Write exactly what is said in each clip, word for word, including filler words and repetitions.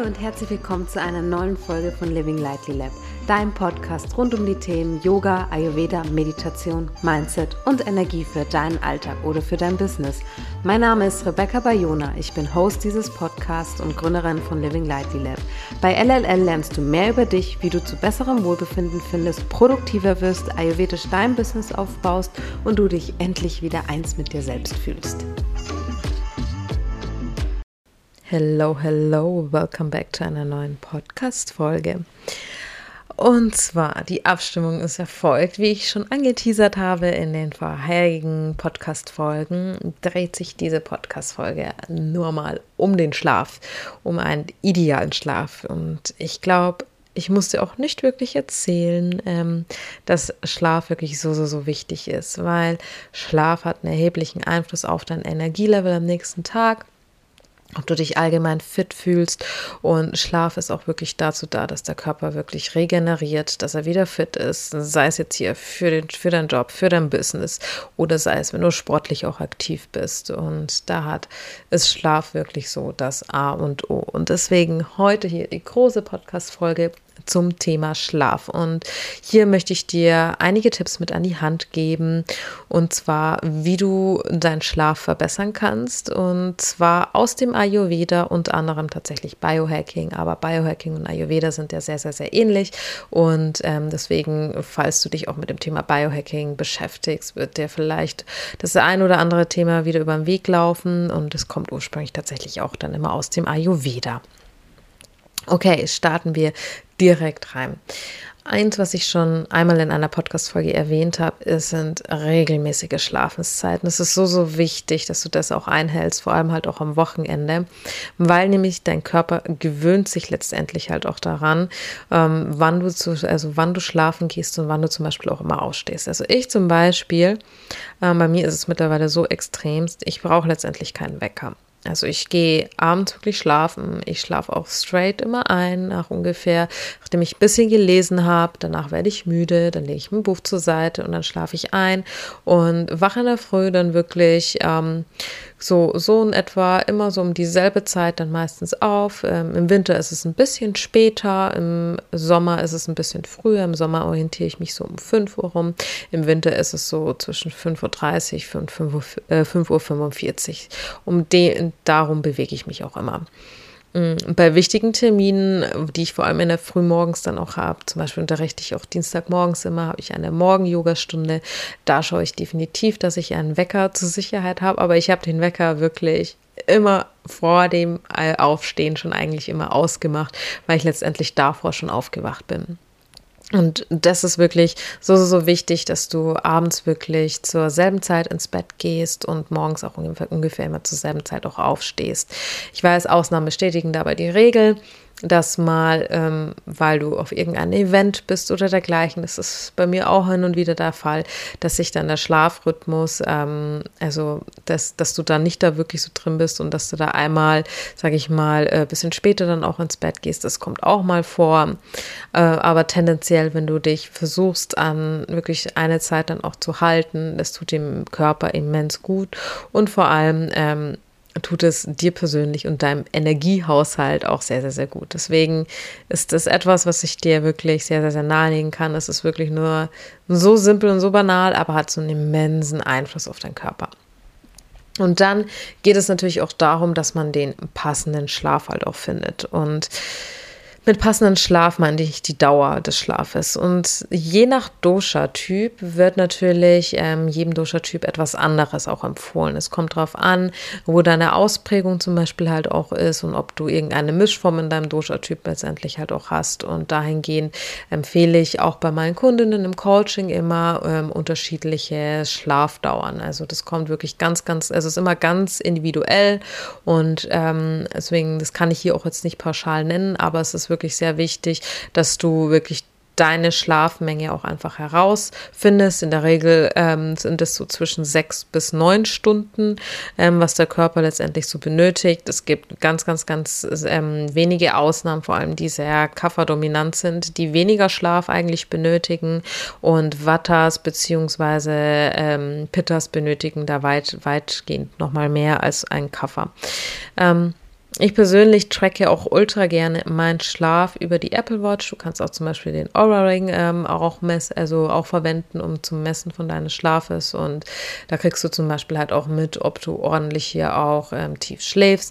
und herzlich willkommen zu einer neuen Folge von Living Lightly Lab, dein Podcast rund um die Themen Yoga, Ayurveda, Meditation, Mindset und Energie für deinen Alltag oder für dein Business. Mein Name ist Rebecca Bayona, ich bin Host dieses Podcasts und Gründerin von Living Lightly Lab. Bei L L L lernst du mehr über dich, wie du zu besserem Wohlbefinden findest, produktiver wirst, ayurvedisch dein Business aufbaust und du dich endlich wieder eins mit dir selbst fühlst. Hello, hello, welcome back zu einer neuen Podcast-Folge. Und zwar, die Abstimmung ist erfolgt. Wie ich schon angeteasert habe in den vorherigen Podcast-Folgen, dreht sich diese Podcast-Folge nur mal um den Schlaf, um einen idealen Schlaf. Und ich glaube, ich musste auch nicht wirklich erzählen, ähm, dass Schlaf wirklich so, so, so wichtig ist, weil Schlaf hat einen erheblichen Einfluss auf dein Energielevel am nächsten Tag. Ob du dich allgemein fit fühlst, und Schlaf ist auch wirklich dazu da, dass der Körper wirklich regeneriert, dass er wieder fit ist, sei es jetzt hier für, den, für deinen Job, für dein Business oder sei es, wenn du sportlich auch aktiv bist, und da hat ist Schlaf wirklich so das A und O, und deswegen heute hier die große Podcast-Folge zum Thema Schlaf. Und hier möchte ich dir einige Tipps mit an die Hand geben, und zwar, wie du deinen Schlaf verbessern kannst, und zwar aus dem Ayurveda, unter anderem tatsächlich Biohacking, aber Biohacking und Ayurveda sind ja sehr, sehr, sehr ähnlich, und ähm, deswegen, falls du dich auch mit dem Thema Biohacking beschäftigst, wird dir vielleicht das ein oder andere Thema wieder über den Weg laufen, und es kommt ursprünglich tatsächlich auch dann immer aus dem Ayurveda. Okay, starten wir direkt rein. Eins, was ich schon einmal in einer Podcast-Folge erwähnt habe, ist, sind regelmäßige Schlafenszeiten. Es ist so, so wichtig, dass du das auch einhältst, vor allem halt auch am Wochenende, weil nämlich dein Körper gewöhnt sich letztendlich halt auch daran, ähm, wann du zu, also wann du schlafen gehst und wann du zum Beispiel auch immer aufstehst. Also ich zum Beispiel, ähm, bei mir ist es mittlerweile so extremst, ich brauche letztendlich keinen Wecker. Also ich gehe abends wirklich schlafen, ich schlafe auch straight immer ein, nach ungefähr, nachdem ich ein bisschen gelesen habe, danach werde ich müde, dann lege ich mein Buch zur Seite und dann schlafe ich ein und wache in der Früh dann wirklich ähm, so, so in etwa immer so um dieselbe Zeit dann meistens auf. Ähm, im Winter ist es ein bisschen später, im Sommer ist es ein bisschen früher, im Sommer orientiere ich mich so um fünf Uhr rum, im Winter ist es so zwischen fünf Uhr dreißig und fünf Uhr fünfundvierzig. Um den, darum bewege ich mich auch immer. Bei wichtigen Terminen, die ich vor allem in der Frühmorgens dann auch habe, zum Beispiel unterrichte ich auch Dienstagmorgens immer, habe ich eine Morgen-Yoga-Stunde. Da schaue ich definitiv, dass ich einen Wecker zur Sicherheit habe, aber ich habe den Wecker wirklich immer vor dem Aufstehen schon eigentlich immer ausgemacht, weil ich letztendlich davor schon aufgewacht bin. Und das ist wirklich so, so, so wichtig, dass du abends wirklich zur selben Zeit ins Bett gehst und morgens auch ungefähr, ungefähr immer zur selben Zeit auch aufstehst. Ich weiß, Ausnahmen bestätigen dabei die Regel, dass mal, ähm, weil du auf irgendeinem Event bist oder dergleichen, das ist bei mir auch hin und wieder der Fall, dass sich dann der Schlafrhythmus, ähm, also dass, dass du da nicht da wirklich so drin bist und dass du da einmal, sage ich mal, ein äh, bisschen später dann auch ins Bett gehst, das kommt auch mal vor, äh, aber tendenziell, wenn du dich versuchst, an wirklich eine Zeit dann auch zu halten, das tut dem Körper immens gut, und vor allem ähm, tut es dir persönlich und deinem Energiehaushalt auch sehr, sehr, sehr gut. Deswegen ist das etwas, was ich dir wirklich sehr, sehr, sehr nahelegen kann. Es ist wirklich nur so simpel und so banal, aber hat so einen immensen Einfluss auf deinen Körper. Und dann geht es natürlich auch darum, dass man den passenden Schlaf halt auch findet. Und mit passendem Schlaf meine ich die Dauer des Schlafes. Und je nach Dosha-Typ wird natürlich ähm, jedem Dosha-Typ etwas anderes auch empfohlen. Es kommt darauf an, wo deine Ausprägung zum Beispiel halt auch ist und ob du irgendeine Mischform in deinem Dosha-Typ letztendlich halt auch hast. Und dahingehend empfehle ich auch bei meinen Kundinnen im Coaching immer ähm, unterschiedliche Schlafdauern. Also das kommt wirklich ganz, ganz, also es ist immer ganz individuell, und ähm, deswegen, das kann ich hier auch jetzt nicht pauschal nennen, aber es ist wirklich wirklich sehr wichtig, dass du wirklich deine Schlafmenge auch einfach herausfindest. In der Regel ähm, sind es so zwischen sechs bis neun Stunden, ähm, was der Körper letztendlich so benötigt. Es gibt ganz, ganz, ganz ähm, wenige Ausnahmen, vor allem die sehr kapha-dominant sind, die weniger Schlaf eigentlich benötigen, und Vatas beziehungsweise ähm, Pittas benötigen da weit, weitgehend nochmal mehr als ein Kapha. Ähm, Ich persönlich tracke auch ultra gerne meinen Schlaf über die Apple Watch. Du kannst auch zum Beispiel den Oura Ring ähm, auch mess, also auch verwenden, um zum Messen von deines Schlafes. Und da kriegst du zum Beispiel halt auch mit, ob du ordentlich hier auch ähm, tief schläfst.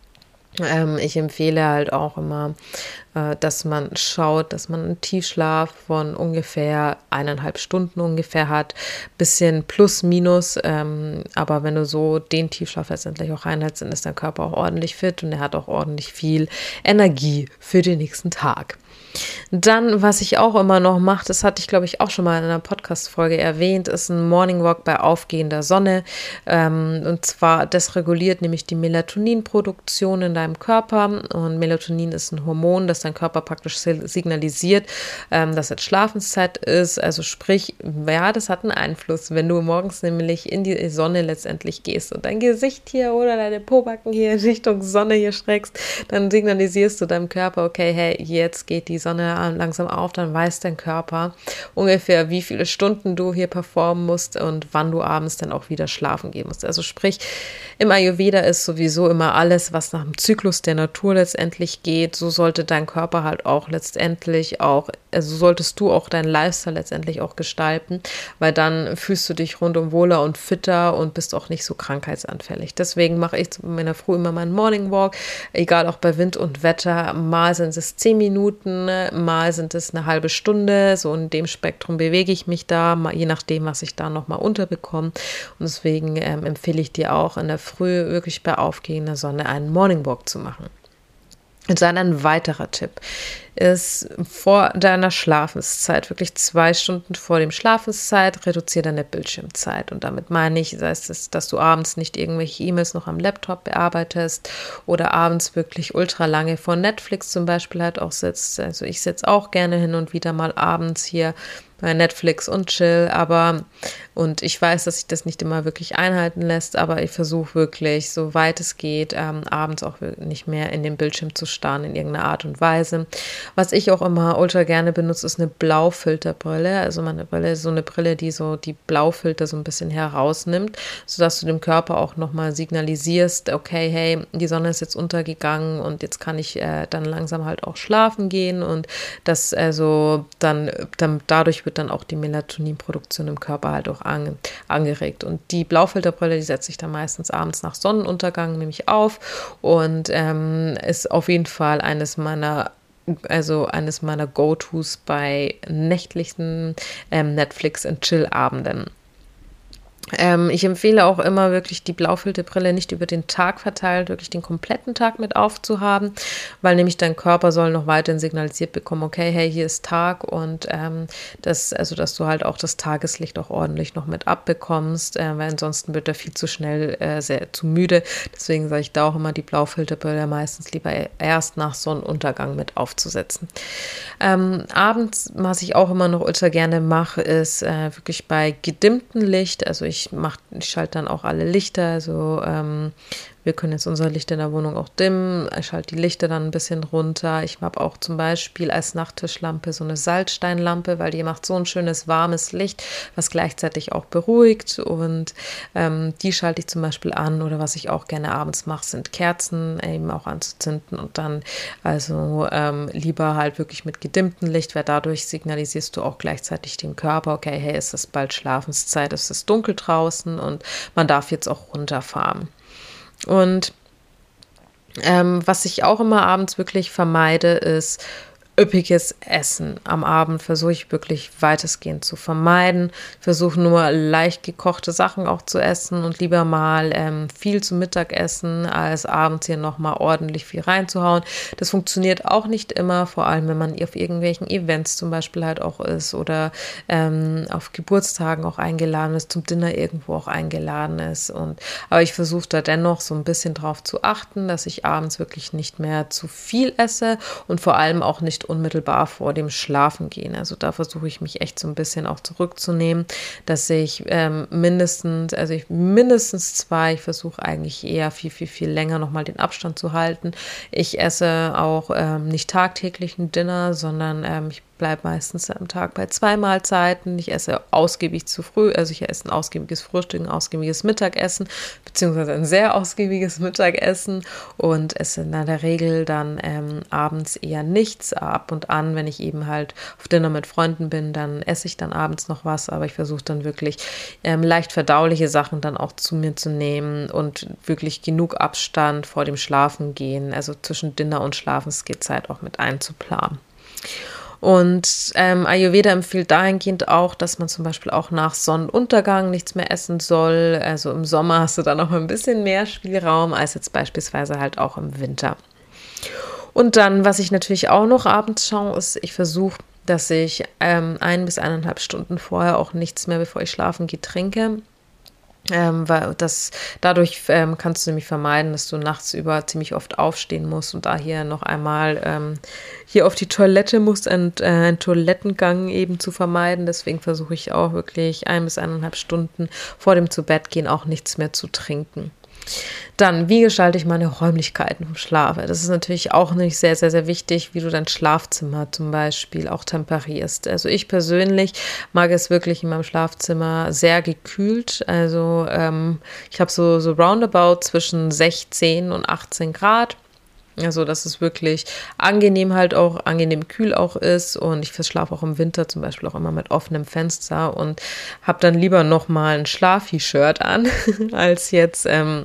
Ähm, ich empfehle halt auch immer, äh, dass man schaut, dass man einen Tiefschlaf von ungefähr eineinhalb Stunden ungefähr hat, bisschen plus minus, ähm, aber wenn du so den Tiefschlaf letztendlich auch reinhältst, dann ist dein Körper auch ordentlich fit und er hat auch ordentlich viel Energie für den nächsten Tag. Dann, was ich auch immer noch mache, das hatte ich, glaube ich, auch schon mal in einer Podcast-Folge erwähnt, ist ein Morning Walk bei aufgehender Sonne. Ähm, und zwar, das reguliert nämlich die Melatoninproduktion in deinem Körper. Und Melatonin ist ein Hormon, das dein Körper praktisch signalisiert, ähm, dass jetzt Schlafenszeit ist. Also sprich, ja, das hat einen Einfluss, wenn du morgens nämlich in die Sonne letztendlich gehst und dein Gesicht hier oder deine Pobacken hier in Richtung Sonne hier streckst, dann signalisierst du deinem Körper, okay, hey, jetzt geht die Sonne langsam auf, dann weiß dein Körper ungefähr, wie viele Stunden du hier performen musst und wann du abends dann auch wieder schlafen gehen musst. Also sprich, im Ayurveda ist sowieso immer alles, was nach dem Zyklus der Natur letztendlich geht, so sollte dein Körper halt auch letztendlich auch, also solltest du auch deinen Lifestyle letztendlich auch gestalten, weil dann fühlst du dich rundum wohler und fitter und bist auch nicht so krankheitsanfällig. Deswegen mache ich in meiner Früh immer meinen Morning Walk, egal auch bei Wind und Wetter, mal sind es zehn Minuten, mal sind es eine halbe Stunde, so in dem Spektrum bewege ich mich da, mal, je nachdem, was ich da nochmal unterbekomme. Und deswegen ähm, empfehle ich dir auch in der Früh wirklich bei aufgehender Sonne einen Morning Walk zu machen. Und dann ein weiterer Tipp ist, vor deiner Schlafenszeit, wirklich zwei Stunden vor dem Schlafenszeit, reduziere deine Bildschirmzeit. Und damit meine ich, sei es, dass du abends nicht irgendwelche E-Mails noch am Laptop bearbeitest oder abends wirklich ultra lange vor Netflix zum Beispiel halt auch sitzt. Also ich sitze auch gerne hin und wieder mal abends hier bei Netflix und chill, aber und ich weiß, dass sich das nicht immer wirklich einhalten lässt, aber ich versuche wirklich, soweit es geht, ähm, abends auch nicht mehr in den Bildschirm zu starren in irgendeiner Art und Weise. Was ich auch immer ultra gerne benutze, ist eine Blaufilterbrille, also meine Brille, so eine Brille, die so die Blaufilter so ein bisschen herausnimmt, sodass du dem Körper auch nochmal signalisierst, okay, hey, die Sonne ist jetzt untergegangen und jetzt kann ich äh, dann langsam halt auch schlafen gehen und das also dann, dann dadurch wird dann auch die Melatoninproduktion im Körper halt auch an, angeregt. Und die Blaufilterbrille, die setze ich dann meistens abends nach Sonnenuntergang nämlich auf und ähm, ist auf jeden Fall eines meiner also eines meiner Go-Tos bei nächtlichen ähm, Netflix- und Chill-Abenden. Ähm, ich empfehle auch immer wirklich die Blaufilterbrille nicht über den Tag verteilt, wirklich den kompletten Tag mit aufzuhaben, weil nämlich dein Körper soll noch weiterhin signalisiert bekommen, okay, hey, hier ist Tag und ähm, das, also dass du halt auch das Tageslicht auch ordentlich noch mit abbekommst, äh, weil ansonsten wird er viel zu schnell äh, sehr zu müde. Deswegen sage ich da auch immer die Blaufilterbrille meistens lieber erst nach Sonnenuntergang mit aufzusetzen. Ähm, abends, was ich auch immer noch ultra gerne mache, ist äh, wirklich bei gedimmtem Licht, also ich Ich, mach, ich schalte dann auch alle Lichter, also ähm, wir können jetzt unser Licht in der Wohnung auch dimmen, ich schalte die Lichter dann ein bisschen runter. Ich habe auch zum Beispiel als Nachttischlampe so eine Salzsteinlampe, weil die macht so ein schönes warmes Licht, was gleichzeitig auch beruhigt und ähm, die schalte ich zum Beispiel an oder was ich auch gerne abends mache, sind Kerzen eben auch anzuzünden und dann also ähm, lieber halt wirklich mit gedimmtem Licht, weil dadurch signalisierst du auch gleichzeitig dem Körper, okay, hey, es ist bald Schlafenszeit, es ist dunkel draußen und man darf jetzt auch runterfahren. Und ähm, was ich auch immer abends wirklich vermeide, ist üppiges Essen. Am Abend versuche ich wirklich weitestgehend zu vermeiden. Versuche nur leicht gekochte Sachen auch zu essen und lieber mal ähm, viel zu Mittag essen, als abends hier nochmal ordentlich viel reinzuhauen. Das funktioniert auch nicht immer, vor allem wenn man auf irgendwelchen Events zum Beispiel halt auch ist oder ähm, auf Geburtstagen auch eingeladen ist, zum Dinner irgendwo auch eingeladen ist. Und, aber ich versuche da dennoch so ein bisschen drauf zu achten, dass ich abends wirklich nicht mehr zu viel esse und vor allem auch nicht unmittelbar vor dem Schlafengehen. Also da versuche ich mich echt so ein bisschen auch zurückzunehmen, dass ich ähm, mindestens, also ich mindestens zwei, ich versuche eigentlich eher viel, viel, viel länger nochmal den Abstand zu halten. Ich esse auch ähm, nicht tagtäglich ein Dinner, sondern ähm, ich bleibe meistens am Tag bei zwei Mahlzeiten. Ich esse ausgiebig zu früh, also ich esse ein ausgiebiges Frühstück, ein ausgiebiges Mittagessen, beziehungsweise ein sehr ausgiebiges Mittagessen und esse in der Regel dann ähm, abends eher nichts. Ab und an, wenn ich eben halt auf Dinner mit Freunden bin, dann esse ich dann abends noch was, aber ich versuche dann wirklich ähm, leicht verdauliche Sachen dann auch zu mir zu nehmen und wirklich genug Abstand vor dem Schlafengehen, also zwischen Dinner und Schlafensgehzeit auch mit einzuplanen. Und ähm, Ayurveda empfiehlt dahingehend auch, dass man zum Beispiel auch nach Sonnenuntergang nichts mehr essen soll. Also im Sommer hast du dann noch ein bisschen mehr Spielraum als jetzt beispielsweise halt auch im Winter. Und dann, was ich natürlich auch noch abends schaue, ist, ich versuche, dass ich ähm, ein bis eineinhalb Stunden vorher auch nichts mehr, bevor ich schlafen gehe, trinke. Ähm, weil das, dadurch ähm, kannst du nämlich vermeiden, dass du nachts über ziemlich oft aufstehen musst und da hier noch einmal ähm, hier auf die Toilette musst, und, äh, einen Toilettengang eben zu vermeiden. Deswegen versuche ich auch wirklich ein bis eineinhalb Stunden vor dem Zubettgehen auch nichts mehr zu trinken. Dann, wie gestalte ich meine Räumlichkeiten vom Schlafe? Das ist natürlich auch nicht sehr, sehr, sehr wichtig, wie du dein Schlafzimmer zum Beispiel auch temperierst. Also ich persönlich mag es wirklich in meinem Schlafzimmer sehr gekühlt. Also ähm, ich habe so, so roundabout zwischen sechzehn und achtzehn Grad. Also, dass es wirklich angenehm halt auch, angenehm kühl auch ist, und ich schlafe auch im Winter zum Beispiel auch immer mit offenem Fenster und habe dann lieber nochmal ein Schlafi-Shirt an, als jetzt, ähm,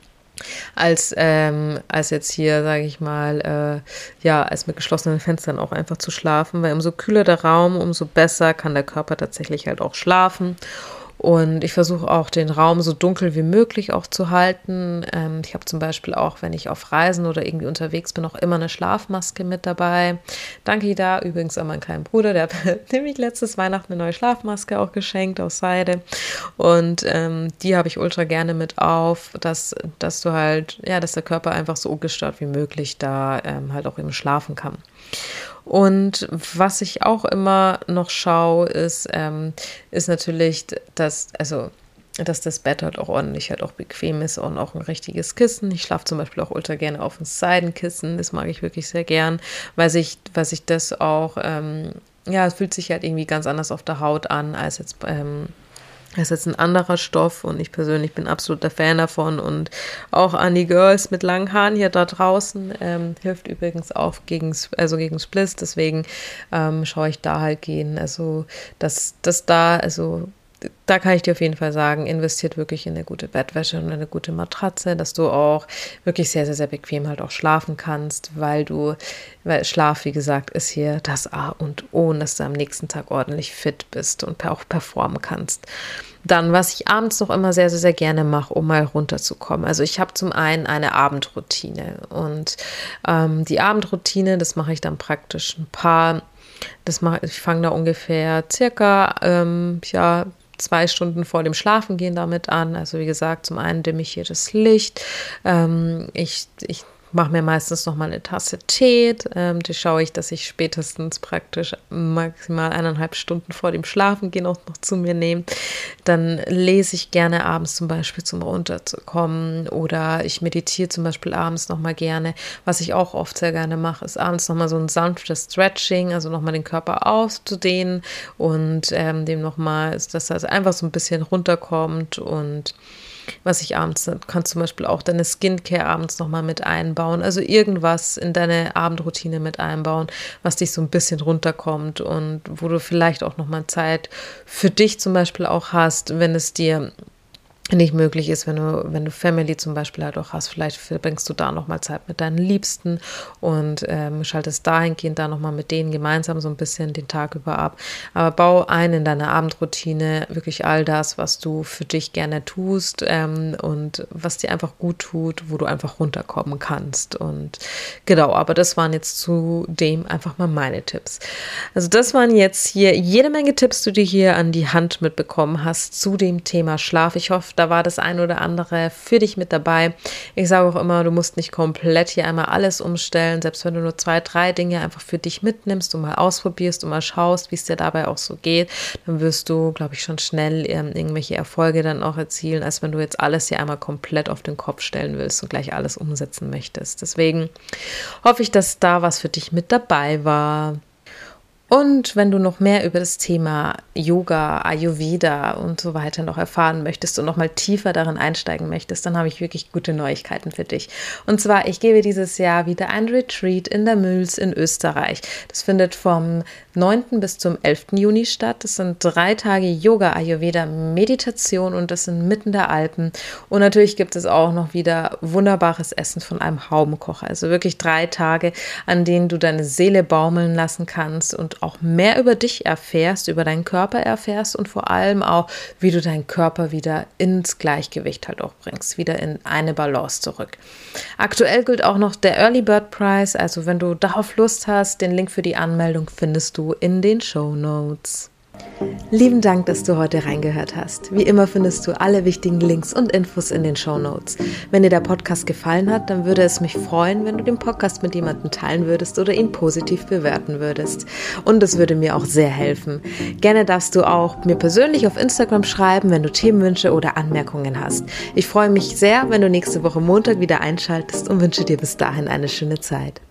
als, ähm, als jetzt hier, sage ich mal, äh, ja, als mit geschlossenen Fenstern auch einfach zu schlafen, weil umso kühler der Raum, umso besser kann der Körper tatsächlich halt auch schlafen. Und ich versuche auch, den Raum so dunkel wie möglich auch zu halten. Ähm, ich habe zum Beispiel auch, wenn ich auf Reisen oder irgendwie unterwegs bin, auch immer eine Schlafmaske mit dabei. Danke da übrigens an meinen kleinen Bruder, der hat nämlich letztes Weihnachten eine neue Schlafmaske auch geschenkt aus Seide. Und ähm, die habe ich ultra gerne mit auf, dass, dass du halt, ja, dass der Körper einfach so ungestört wie möglich da ähm, halt auch eben schlafen kann. Und was ich auch immer noch schaue, ist, ähm, ist natürlich, dass, also, dass das Bett halt auch ordentlich, halt auch bequem ist und auch ein richtiges Kissen. Ich schlafe zum Beispiel auch ultra gerne auf ein Seidenkissen. Das mag ich wirklich sehr gern, weil sich, weil sich das auch, ähm, ja, es fühlt sich halt irgendwie ganz anders auf der Haut an als jetzt ähm, Das ist jetzt ein anderer Stoff, und ich persönlich bin absoluter Fan davon, und auch an die Girls mit langen Haaren hier da draußen, ähm, hilft übrigens auch gegen, also gegen Spliss, deswegen ähm, schaue ich da halt gehen, also dass das da, also da kann ich dir auf jeden Fall sagen, investiert wirklich in eine gute Bettwäsche und eine gute Matratze, dass du auch wirklich sehr, sehr, sehr bequem halt auch schlafen kannst, weil du, weil Schlaf, wie gesagt, ist hier das A und O, dass du am nächsten Tag ordentlich fit bist und auch performen kannst. Dann, was ich abends noch immer sehr, sehr, sehr gerne mache, um mal runterzukommen. Also ich habe zum einen eine Abendroutine, und ähm, die Abendroutine, das mache ich dann praktisch ein paar, das mache ich, fange da ungefähr circa, ähm, ja, zwei Stunden vor dem Schlafengehen damit an. Also wie gesagt, zum einen dimme ich hier das Licht. Ähm, ich, ich mache mir meistens noch mal eine Tasse Tee. Ähm, die schaue ich, dass ich spätestens praktisch maximal eineinhalb Stunden vor dem Schlafengehen auch noch zu mir nehme. Dann lese ich gerne abends zum Beispiel, zum runterzukommen, oder ich meditiere zum Beispiel abends noch mal gerne. Was ich auch oft sehr gerne mache, ist abends noch mal so ein sanftes Stretching, also noch mal den Körper auszudehnen und ähm, dem noch mal, dass das einfach so ein bisschen runterkommt. Und was ich abends, kannst zum Beispiel auch deine Skincare abends nochmal mit einbauen, also irgendwas in deine Abendroutine mit einbauen, was dich so ein bisschen runterkommt und wo du vielleicht auch nochmal Zeit für dich zum Beispiel auch hast, wenn es dir nicht möglich ist, wenn du, wenn du Family zum Beispiel halt auch hast, vielleicht verbringst du da nochmal Zeit mit deinen Liebsten und ähm, schaltest dahingehend da nochmal mit denen gemeinsam so ein bisschen den Tag über ab. Aber bau ein in deine Abendroutine wirklich all das, was du für dich gerne tust ähm, und was dir einfach gut tut, wo du einfach runterkommen kannst. Und genau, aber das waren jetzt zudem einfach mal meine Tipps. Also das waren jetzt hier jede Menge Tipps, die du hier an die Hand mitbekommen hast zu dem Thema Schlaf. Ich hoffe, da war das ein oder andere für dich mit dabei. Ich sage auch immer, du musst nicht komplett hier einmal alles umstellen, selbst wenn du nur zwei, drei Dinge einfach für dich mitnimmst und mal ausprobierst und mal schaust, wie es dir dabei auch so geht, dann wirst du, glaube ich, schon schnell ähm, irgendwelche Erfolge dann auch erzielen, als wenn du jetzt alles hier einmal komplett auf den Kopf stellen willst und gleich alles umsetzen möchtest. Deswegen hoffe ich, dass da was für dich mit dabei war. Und wenn du noch mehr über das Thema Yoga, Ayurveda und so weiter noch erfahren möchtest und noch mal tiefer darin einsteigen möchtest, dann habe ich wirklich gute Neuigkeiten für dich. Und zwar, ich gebe dieses Jahr wieder ein Retreat in der Mühls in Österreich. Das findet vom neunten bis zum elften Juni statt. Das sind drei Tage Yoga, Ayurveda, Meditation und das sind mitten der Alpen. Und natürlich gibt es auch noch wieder wunderbares Essen von einem Haubenkocher. Also wirklich drei Tage, an denen du deine Seele baumeln lassen kannst und auch mehr über dich erfährst, über deinen Körper erfährst und vor allem auch, wie du deinen Körper wieder ins Gleichgewicht halt auch bringst, wieder in eine Balance zurück. Aktuell gilt auch noch der Early Bird Price, also wenn du darauf Lust hast, den Link für die Anmeldung findest du in den Shownotes. Lieben Dank, dass du heute reingehört hast. Wie immer findest du alle wichtigen Links und Infos in den Shownotes. Wenn dir der Podcast gefallen hat, dann würde es mich freuen, wenn du den Podcast mit jemandem teilen würdest oder ihn positiv bewerten würdest. Und es würde mir auch sehr helfen. Gerne darfst du auch mir persönlich auf Instagram schreiben, wenn du Themenwünsche oder Anmerkungen hast. Ich freue mich sehr, wenn du nächste Woche Montag wieder einschaltest und wünsche dir bis dahin eine schöne Zeit.